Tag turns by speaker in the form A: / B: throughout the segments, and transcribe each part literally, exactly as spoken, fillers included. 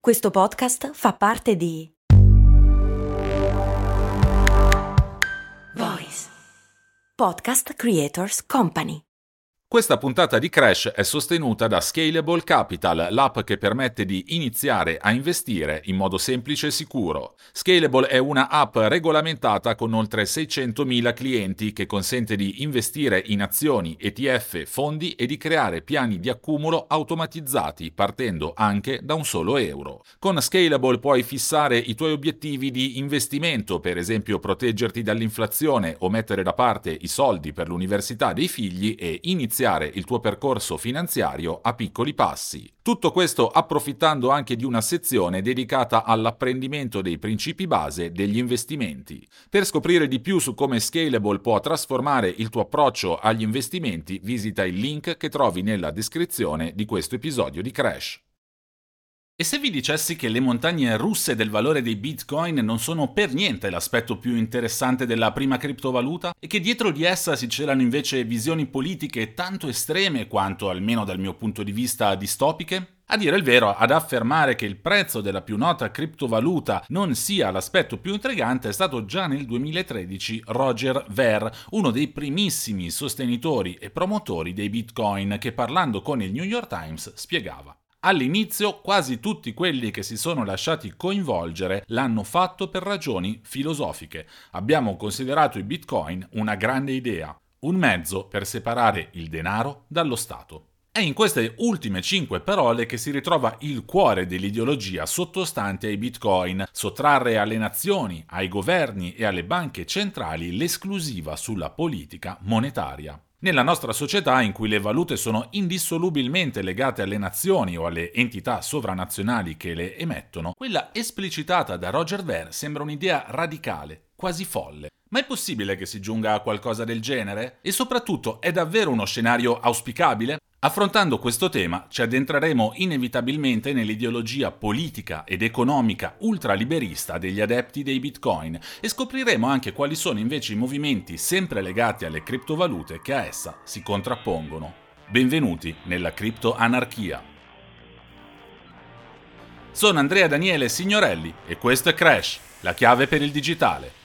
A: Questo podcast fa parte di Voice Podcast Creators Company.
B: Questa puntata di Crash è sostenuta da Scalable Capital, l'app che permette di iniziare a investire in modo semplice e sicuro. Scalable è una app regolamentata con oltre seicentomila clienti che consente di investire in azioni, E T F, fondi e di creare piani di accumulo automatizzati partendo anche da un solo euro. Con Scalable puoi fissare i tuoi obiettivi di investimento, per esempio proteggerti dall'inflazione o mettere da parte i soldi per l'università dei figli e iniziare il tuo percorso finanziario a piccoli passi. Tutto questo approfittando anche di una sezione dedicata all'apprendimento dei principi base degli investimenti. Per scoprire di più su come Scalable può trasformare il tuo approccio agli investimenti, visita il link che trovi nella descrizione di questo episodio di Crash. E se vi dicessi che le montagne russe del valore dei Bitcoin non sono per niente l'aspetto più interessante della prima criptovaluta e che dietro di essa si celano invece visioni politiche tanto estreme quanto, almeno dal mio punto di vista, distopiche? A dire il vero, ad affermare che il prezzo della più nota criptovaluta non sia l'aspetto più intrigante è stato già nel duemilatredici Roger Ver, uno dei primissimi sostenitori e promotori dei Bitcoin, che parlando con il New York Times spiegava: all'inizio quasi tutti quelli che si sono lasciati coinvolgere l'hanno fatto per ragioni filosofiche. Abbiamo considerato i Bitcoin una grande idea, un mezzo per separare il denaro dallo Stato. È in queste ultime cinque parole che si ritrova il cuore dell'ideologia sottostante ai Bitcoin: sottrarre alle nazioni, ai governi e alle banche centrali l'esclusiva sulla politica monetaria. Nella nostra società, in cui le valute sono indissolubilmente legate alle nazioni o alle entità sovranazionali che le emettono, quella esplicitata da Roger Ver sembra un'idea radicale, quasi folle. Ma è possibile che si giunga a qualcosa del genere? E soprattutto, è davvero uno scenario auspicabile? Affrontando questo tema ci addentreremo inevitabilmente nell'ideologia politica ed economica ultraliberista degli adepti dei Bitcoin e scopriremo anche quali sono invece i movimenti sempre legati alle criptovalute che a essa si contrappongono. Benvenuti nella criptoanarchia. Sono Andrea Daniele Signorelli e questo è Crash, la chiave per il digitale.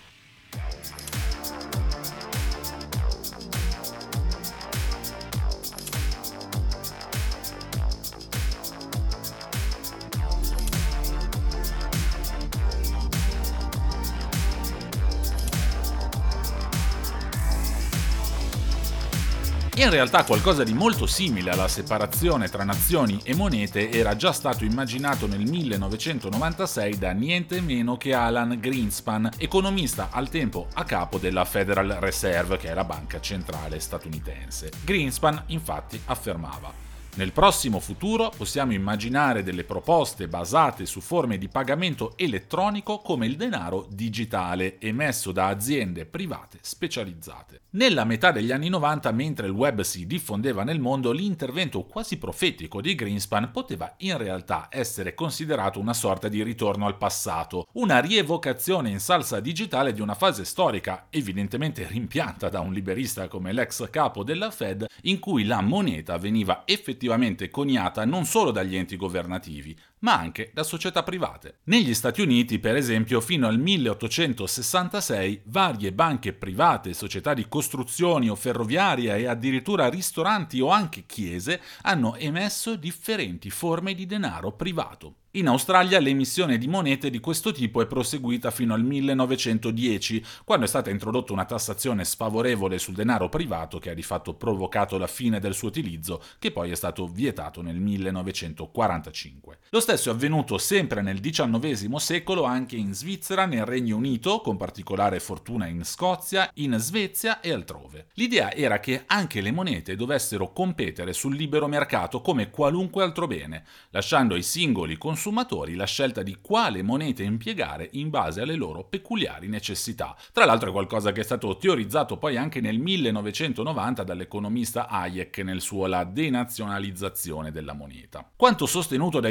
B: In realtà qualcosa di molto simile alla separazione tra nazioni e monete era già stato immaginato nel millenovecentonovantasei da niente meno che Alan Greenspan, economista al tempo a capo della Federal Reserve, che è la banca centrale statunitense. Greenspan infatti affermava: nel prossimo futuro possiamo immaginare delle proposte basate su forme di pagamento elettronico come il denaro digitale emesso da aziende private specializzate. Nella metà degli anni novanta, mentre il web si diffondeva nel mondo, l'intervento quasi profetico di Greenspan poteva in realtà essere considerato una sorta di ritorno al passato, una rievocazione in salsa digitale di una fase storica evidentemente rimpianta da un liberista come l'ex capo della Fed, in cui la moneta veniva effettivamente coniata non solo dagli enti governativi, ma anche da società private. Negli Stati Uniti, per esempio, fino al milleottocentosessantasei, varie banche private, società di costruzioni o ferroviaria e addirittura ristoranti o anche chiese hanno emesso differenti forme di denaro privato. In Australia l'emissione di monete di questo tipo è proseguita fino al millenovecentodieci, quando è stata introdotta una tassazione sfavorevole sul denaro privato che ha di fatto provocato la fine del suo utilizzo, che poi è stato vietato nel millenovecentoquarantacinque. Lo stesso è avvenuto sempre nel diciannovesimo secolo anche in Svizzera, nel Regno Unito, con particolare fortuna in Scozia, in Svezia e altrove. L'idea era che anche le monete dovessero competere sul libero mercato come qualunque altro bene, lasciando ai singoli consumatori consumatori la scelta di quale monete impiegare in base alle loro peculiari necessità. Tra l'altro è qualcosa che è stato teorizzato poi anche nel millenovecentonovanta dall'economista Hayek nel suo La denazionalizzazione della moneta. Quanto sostenuto dai seguaci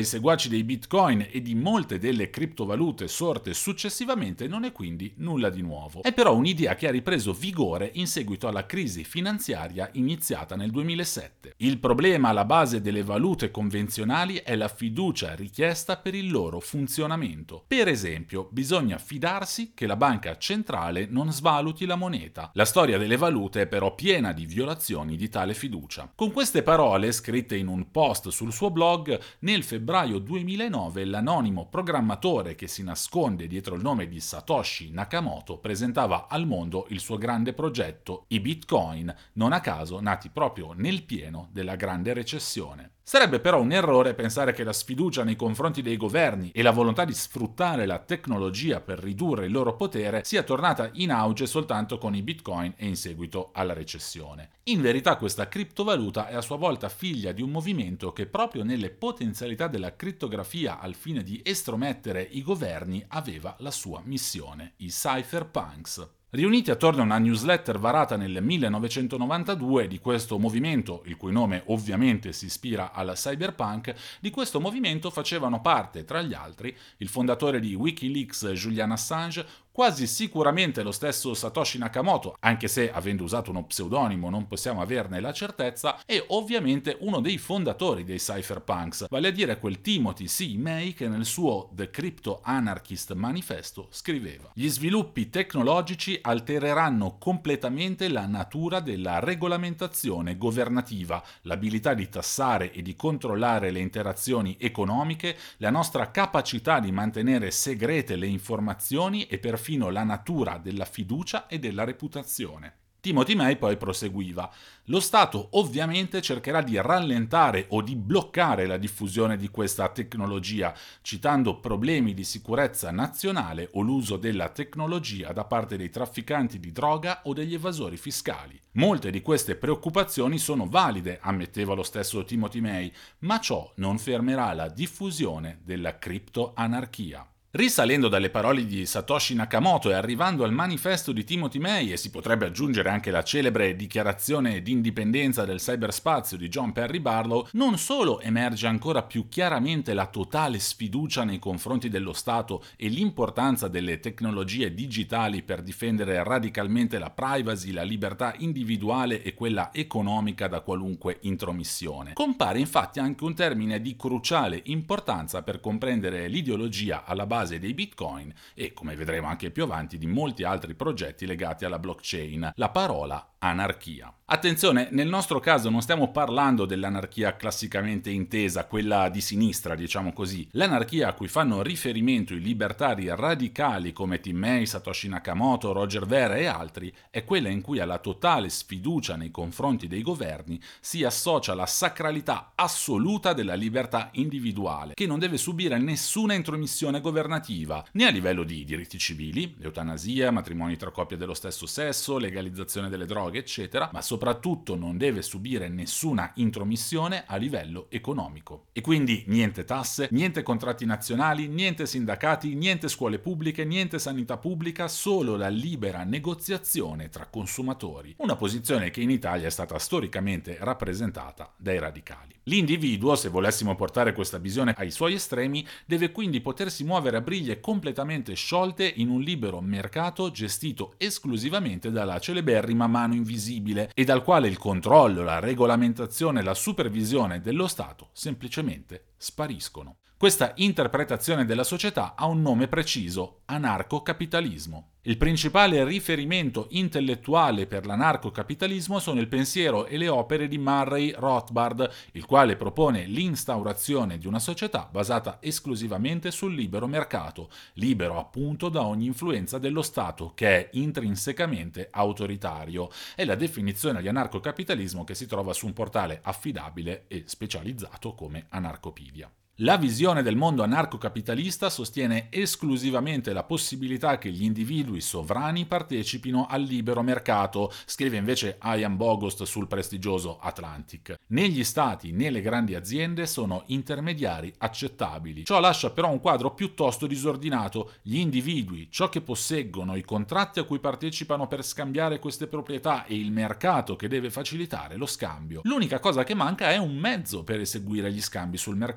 B: Satoshi dei Bitcoin e di molte delle criptovalute sorte successivamente non è quindi nulla di nuovo. È però un'idea che ha ripreso vigore in seguito alla crisi finanziaria iniziata nel duemilasette. Il problema alla base delle valute convenzionali è la fiducia richiesta per il loro funzionamento. Per esempio, bisogna fidarsi che la banca centrale non svaluti la moneta. La storia delle valute è però piena di violazioni di tale fiducia. Con queste parole, scritte in un post sul suo blog, nel febbraio duemilanove l'anonimo programmatore che si nasconde dietro il nome di Satoshi Nakamoto presentava al mondo il suo grande progetto, i Bitcoin, non a caso nati proprio nel pieno della grande recessione. Sarebbe però un errore pensare che la sfiducia nei confronti dei governi e la volontà di sfruttare la tecnologia per ridurre il loro potere sia tornata in auge soltanto con i Bitcoin e in seguito alla recessione. In verità questa criptovaluta è a sua volta figlia di un movimento che proprio nelle potenzialità della crittografia al fine di estromettere i governi aveva la sua missione, i cypherpunks. Riuniti attorno a una newsletter varata nel millenovecentonovantadue di questo movimento, il cui nome ovviamente si ispira al cyberpunk, di questo movimento facevano parte, tra gli altri, il fondatore di Wikileaks Julian Assange, quasi sicuramente lo stesso Satoshi Nakamoto, anche se avendo usato uno pseudonimo non possiamo averne la certezza, e ovviamente uno dei fondatori dei cypherpunks, vale a dire quel Timothy C. May che nel suo The Crypto Anarchist Manifesto scriveva: gli sviluppi tecnologici altereranno completamente la natura della regolamentazione governativa, l'abilità di tassare e di controllare le interazioni economiche, la nostra capacità di mantenere segrete le informazioni e perfino la natura della fiducia e della reputazione. Timothy May poi proseguiva: lo Stato ovviamente cercherà di rallentare o di bloccare la diffusione di questa tecnologia, citando problemi di sicurezza nazionale o l'uso della tecnologia da parte dei trafficanti di droga o degli evasori fiscali. Molte di queste preoccupazioni sono valide, ammetteva lo stesso Timothy May, ma ciò non fermerà la diffusione della criptoanarchia. Risalendo dalle parole di Satoshi Nakamoto e arrivando al manifesto di Timothy May, e si potrebbe aggiungere anche la celebre dichiarazione di indipendenza del cyberspazio di John Perry Barlow, non solo emerge ancora più chiaramente la totale sfiducia nei confronti dello Stato e l'importanza delle tecnologie digitali per difendere radicalmente la privacy, la libertà individuale e quella economica da qualunque intromissione. Compare infatti anche un termine di cruciale importanza per comprendere l'ideologia alla base dei Bitcoin e, come vedremo anche più avanti, di molti altri progetti legati alla blockchain: la parola anarchia. Attenzione, nel nostro caso non stiamo parlando dell'anarchia classicamente intesa, quella di sinistra, diciamo così. L'anarchia a cui fanno riferimento i libertari radicali come Tim May, Satoshi Nakamoto, Roger Ver e altri è quella in cui alla totale sfiducia nei confronti dei governi si associa la sacralità assoluta della libertà individuale, che non deve subire nessuna intromissione governativa, né a livello di diritti civili, eutanasia, matrimoni tra coppie dello stesso sesso, legalizzazione delle droghe, eccetera, ma soprattutto non deve subire nessuna intromissione a livello economico. E quindi niente tasse, niente contratti nazionali, niente sindacati, niente scuole pubbliche, niente sanità pubblica, solo la libera negoziazione tra consumatori. Una posizione che in Italia è stata storicamente rappresentata dai radicali. L'individuo, se volessimo portare questa visione ai suoi estremi, deve quindi potersi muovere a briglie completamente sciolte in un libero mercato gestito esclusivamente dalla celeberrima mano invisibile e dal quale il controllo, la regolamentazione e la supervisione dello Stato semplicemente spariscono. Questa interpretazione della società ha un nome preciso: anarcocapitalismo. Il principale riferimento intellettuale per l'anarcocapitalismo sono il pensiero e le opere di Murray Rothbard, il quale propone l'instaurazione di una società basata esclusivamente sul libero mercato, libero appunto da ogni influenza dello Stato, che è intrinsecamente autoritario. È la definizione di anarcocapitalismo che si trova su un portale affidabile e specializzato come Anarcopedia. La visione del mondo anarcocapitalista sostiene esclusivamente la possibilità che gli individui sovrani partecipino al libero mercato, scrive invece Ian Bogost sul prestigioso Atlantic. Negli stati né le grandi aziende sono intermediari accettabili. Ciò lascia però un quadro piuttosto disordinato. Gli individui, ciò che posseggono, i contratti a cui partecipano per scambiare queste proprietà e il mercato che deve facilitare lo scambio. L'unica cosa che manca è un mezzo per eseguire gli scambi sul mercato.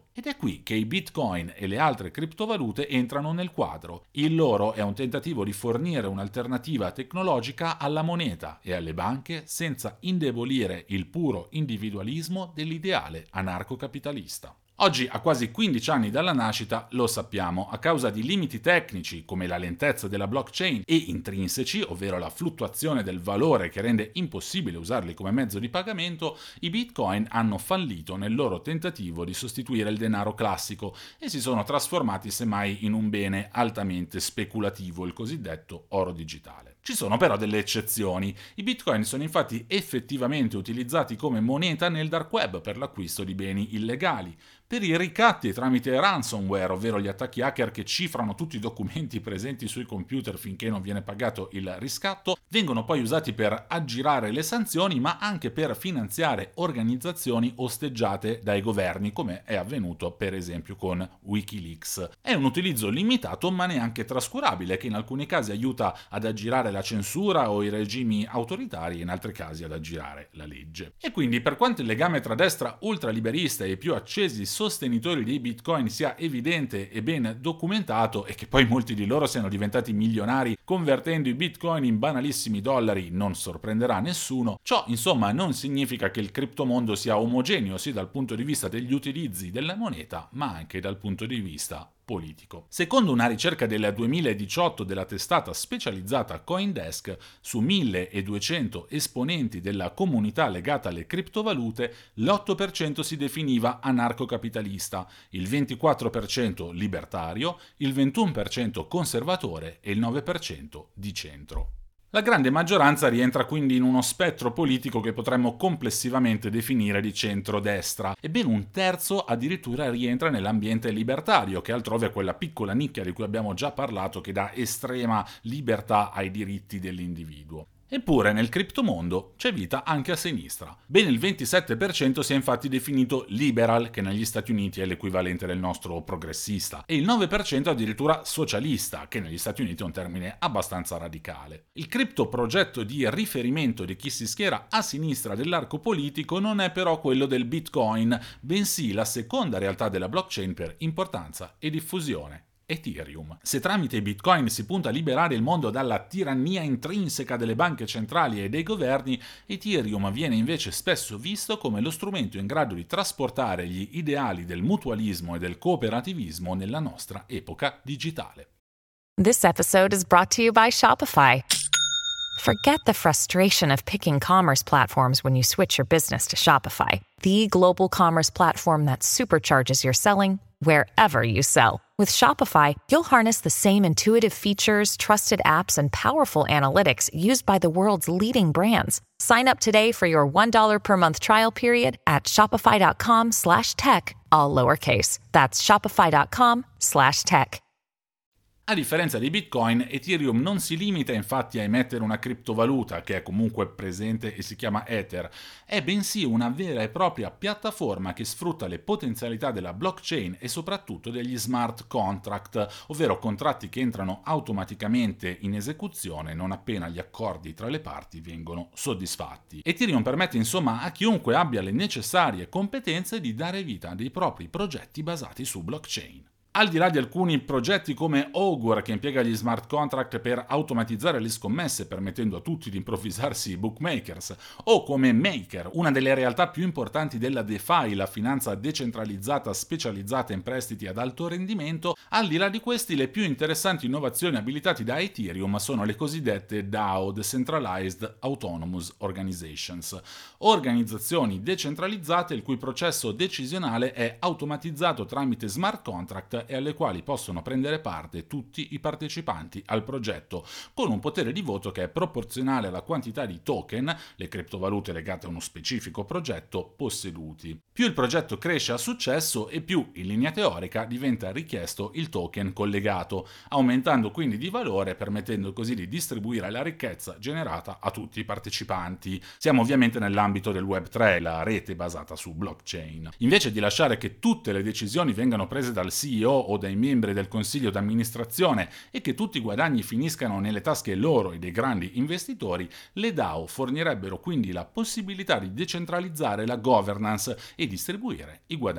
B: Ed è qui che i bitcoin e le altre criptovalute entrano nel quadro. Il loro è un tentativo di fornire un'alternativa tecnologica alla moneta e alle banche senza indebolire il puro individualismo dell'ideale anarcocapitalista. Oggi, a quasi quindici anni dalla nascita, lo sappiamo, a causa di limiti tecnici come la lentezza della blockchain e intrinseci, ovvero la fluttuazione del valore che rende impossibile usarli come mezzo di pagamento, i bitcoin hanno fallito nel loro tentativo di sostituire il denaro classico e si sono trasformati semmai in un bene altamente speculativo, il cosiddetto oro digitale. Ci sono però delle eccezioni. I bitcoin sono infatti effettivamente utilizzati come moneta nel dark web per l'acquisto di beni illegali, per i ricatti tramite ransomware, ovvero gli attacchi hacker che cifrano tutti i documenti presenti sui computer finché non viene pagato il riscatto, vengono poi usati per aggirare le sanzioni, ma anche per finanziare organizzazioni osteggiate dai governi, come è avvenuto per esempio con Wikileaks. È un utilizzo limitato ma neanche trascurabile, che in alcuni casi aiuta ad aggirare la censura o i regimi autoritari e in altri casi ad aggirare la legge. E quindi, per quanto il legame tra destra ultraliberista e i più accesi sostenitori dei bitcoin sia evidente e ben documentato, e che poi molti di loro siano diventati milionari convertendo i bitcoin in banalissimi dollari non sorprenderà nessuno, ciò insomma non significa che il criptomondo sia omogeneo sia dal punto di vista degli utilizzi della moneta ma anche dal punto di vista politico. Secondo una ricerca del duemiladiciotto della testata specializzata CoinDesk, su milleduecento esponenti della comunità legata alle criptovalute, l'otto per cento si definiva anarcocapitalista, il ventiquattro per cento libertario, il ventuno per cento conservatore e il nove per cento di centro. La grande maggioranza rientra quindi in uno spettro politico che potremmo complessivamente definire di centrodestra, e ben un terzo addirittura rientra nell'ambiente libertario, che altrove è quella piccola nicchia di cui abbiamo già parlato che dà estrema libertà ai diritti dell'individuo. Eppure nel criptomondo c'è vita anche a sinistra. Ben il ventisette per cento si è infatti definito liberal, che negli Stati Uniti è l'equivalente del nostro progressista, e il nove per cento addirittura socialista, che negli Stati Uniti è un termine abbastanza radicale. Il criptoprogetto di riferimento di chi si schiera a sinistra dell'arco politico non è però quello del Bitcoin, bensì la seconda realtà della blockchain per importanza e diffusione: Ethereum. Se tramite i bitcoin si punta a liberare il mondo dalla tirannia intrinseca delle banche centrali e dei governi, Ethereum viene invece spesso visto come lo strumento in grado di trasportare gli ideali del mutualismo e del cooperativismo nella nostra epoca digitale.
C: This episode is brought to you by Shopify. Forget the frustration of picking commerce platforms when you switch your business to Shopify, the global commerce platform that supercharges your selling wherever you sell. With Shopify, you'll harness the same intuitive features, trusted apps, and powerful analytics used by the world's leading brands. Sign up today for your one dollar per month trial period at shopify.com slash tech, all lowercase. That's shopify.com slash tech.
B: A differenza di Bitcoin, Ethereum non si limita infatti a emettere una criptovaluta, che è comunque presente e si chiama Ether, è bensì una vera e propria piattaforma che sfrutta le potenzialità della blockchain e soprattutto degli smart contract, ovvero contratti che entrano automaticamente in esecuzione non appena gli accordi tra le parti vengono soddisfatti. Ethereum permette insomma a chiunque abbia le necessarie competenze di dare vita a dei propri progetti basati su blockchain. Al di là di alcuni progetti come Augur, che impiega gli smart contract per automatizzare le scommesse permettendo a tutti di improvvisarsi bookmakers, o come Maker, una delle realtà più importanti della DeFi, la finanza decentralizzata specializzata in prestiti ad alto rendimento, al di là di questi le più interessanti innovazioni abilitate da Ethereum sono le cosiddette DAO, Decentralized Autonomous Organizations, organizzazioni decentralizzate il cui processo decisionale è automatizzato tramite smart contract e alle quali possono prendere parte tutti i partecipanti al progetto, con un potere di voto che è proporzionale alla quantità di token, le criptovalute legate a uno specifico progetto, posseduti. Più il progetto cresce a successo e più, in linea teorica, diventa richiesto il token collegato, aumentando quindi di valore, permettendo così di distribuire la ricchezza generata a tutti i partecipanti. Siamo ovviamente nell'ambito del web tre, la rete basata su blockchain. Invece di lasciare che tutte le decisioni vengano prese dal C E O o dai membri del consiglio d'amministrazione e che tutti i guadagni finiscano nelle tasche loro e dei grandi investitori, le DAO fornirebbero quindi la possibilità di decentralizzare la governance e distribuire i guadagni.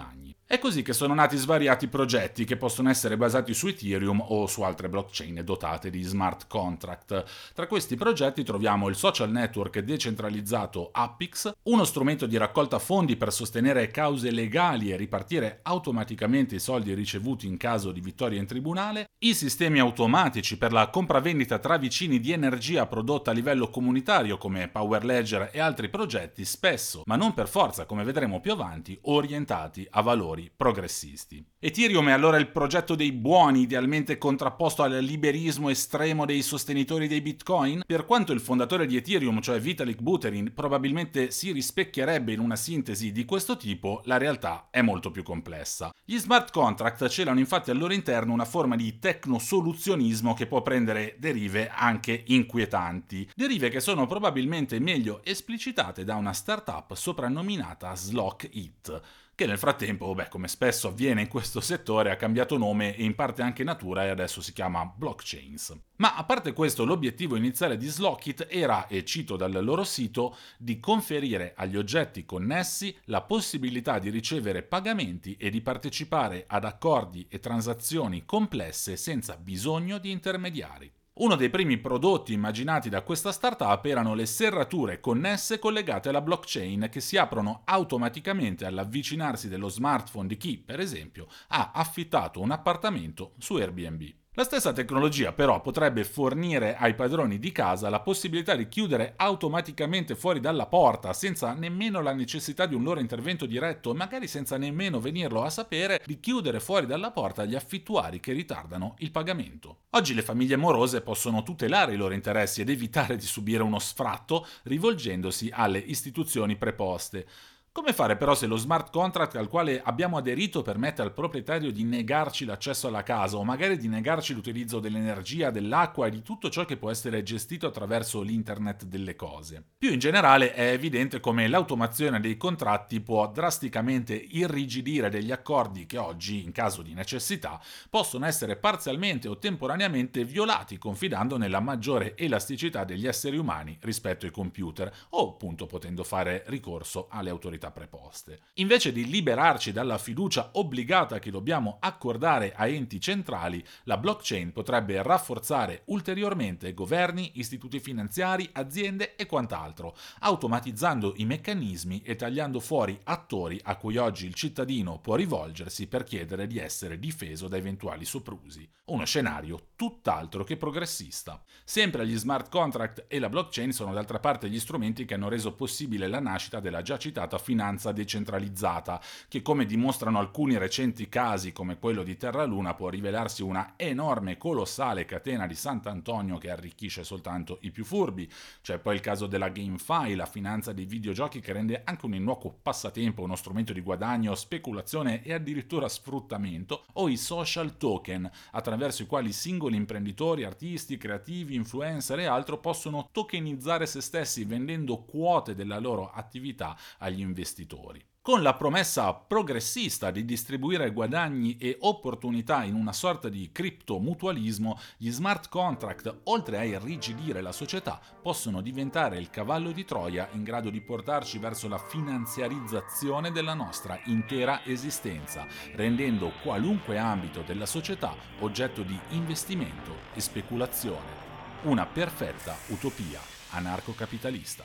B: È così che sono nati svariati progetti che possono essere basati su Ethereum o su altre blockchain dotate di smart contract. Tra questi progetti troviamo il social network decentralizzato Appix, uno strumento di raccolta fondi per sostenere cause legali e ripartire automaticamente i soldi ricevuti in caso di vittoria in tribunale, i sistemi automatici per la compravendita tra vicini di energia prodotta a livello comunitario come Power Ledger e altri progetti spesso, ma non per forza, come vedremo più avanti, orientati a valori progressisti. Ethereum è allora il progetto dei buoni, idealmente contrapposto al liberismo estremo dei sostenitori dei Bitcoin? Per quanto il fondatore di Ethereum, cioè Vitalik Buterin, probabilmente si rispecchierebbe in una sintesi di questo tipo, la realtà è molto più complessa. Gli smart contract celano infatti al loro interno una forma di tecnosoluzionismo che può prendere derive anche inquietanti. Derive che sono probabilmente meglio esplicitate da una startup soprannominata Slockit, che nel frattempo, beh, come spesso avviene in questo settore, ha cambiato nome e in parte anche natura e adesso si chiama Blockchains. Ma a parte questo, l'obiettivo iniziale di Slockit era, e cito dal loro sito, di conferire agli oggetti connessi la possibilità di ricevere pagamenti e di partecipare ad accordi e transazioni complesse senza bisogno di intermediari. Uno dei primi prodotti immaginati da questa startup erano le serrature connesse collegate alla blockchain che si aprono automaticamente all'avvicinarsi dello smartphone di chi, per esempio, ha affittato un appartamento su Airbnb. La stessa tecnologia però potrebbe fornire ai padroni di casa la possibilità di chiudere automaticamente fuori dalla porta senza nemmeno la necessità di un loro intervento diretto e magari senza nemmeno venirlo a sapere, di chiudere fuori dalla porta gli affittuari che ritardano il pagamento. Oggi le famiglie morose possono tutelare i loro interessi ed evitare di subire uno sfratto rivolgendosi alle istituzioni preposte. Come fare però se lo smart contract al quale abbiamo aderito permette al proprietario di negarci l'accesso alla casa o magari di negarci l'utilizzo dell'energia, dell'acqua e di tutto ciò che può essere gestito attraverso l'internet delle cose? Più in generale è evidente come l'automazione dei contratti può drasticamente irrigidire degli accordi che oggi, in caso di necessità, possono essere parzialmente o temporaneamente violati confidando nella maggiore elasticità degli esseri umani rispetto ai computer o appunto potendo fare ricorso alle autorità preposte. Invece di liberarci dalla fiducia obbligata che dobbiamo accordare a enti centrali, la blockchain potrebbe rafforzare ulteriormente governi, istituti finanziari, aziende e quant'altro, automatizzando i meccanismi e tagliando fuori attori a cui oggi il cittadino può rivolgersi per chiedere di essere difeso da eventuali soprusi. Uno scenario tutt'altro che progressista. Sempre gli smart contract e la blockchain sono d'altra parte gli strumenti che hanno reso possibile la nascita della già citata finanza decentralizzata, che come dimostrano alcuni recenti casi come quello di Terra Luna può rivelarsi una enorme, colossale catena di Sant'Antonio che arricchisce soltanto i più furbi. C'è poi il caso della GameFi, la finanza dei videogiochi che rende anche un innocuo passatempo uno strumento di guadagno, speculazione e addirittura sfruttamento, o i social token, attraverso i quali singoli imprenditori, artisti, creativi, influencer e altro possono tokenizzare se stessi vendendo quote della loro attività agli investitori. Con la promessa progressista di distribuire guadagni e opportunità in una sorta di criptomutualismo, gli smart contract, oltre a irrigidire la società, possono diventare il cavallo di Troia in grado di portarci verso la finanziarizzazione della nostra intera esistenza, rendendo qualunque ambito della società oggetto di investimento e speculazione. Una perfetta utopia anarcocapitalista.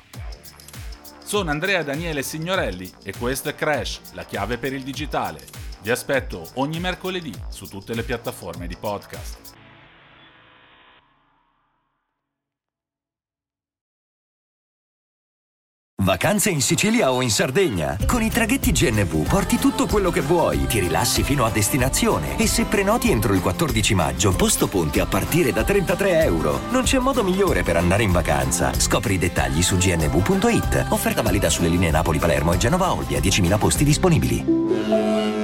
B: Sono Andrea Daniele Signorelli e questo è Crash, la chiave per il digitale. Vi aspetto ogni mercoledì su tutte le piattaforme di podcast.
D: Vacanze in Sicilia o in Sardegna? Con i traghetti G N V porti tutto quello che vuoi, ti rilassi fino a destinazione e se prenoti entro il quattordici maggio, posto ponti a partire da trentatré euro. Non c'è modo migliore per andare in vacanza. Scopri i dettagli su g n v punto i t. Offerta valida sulle linee Napoli-Palermo e Genova-Olbia, diecimila posti disponibili.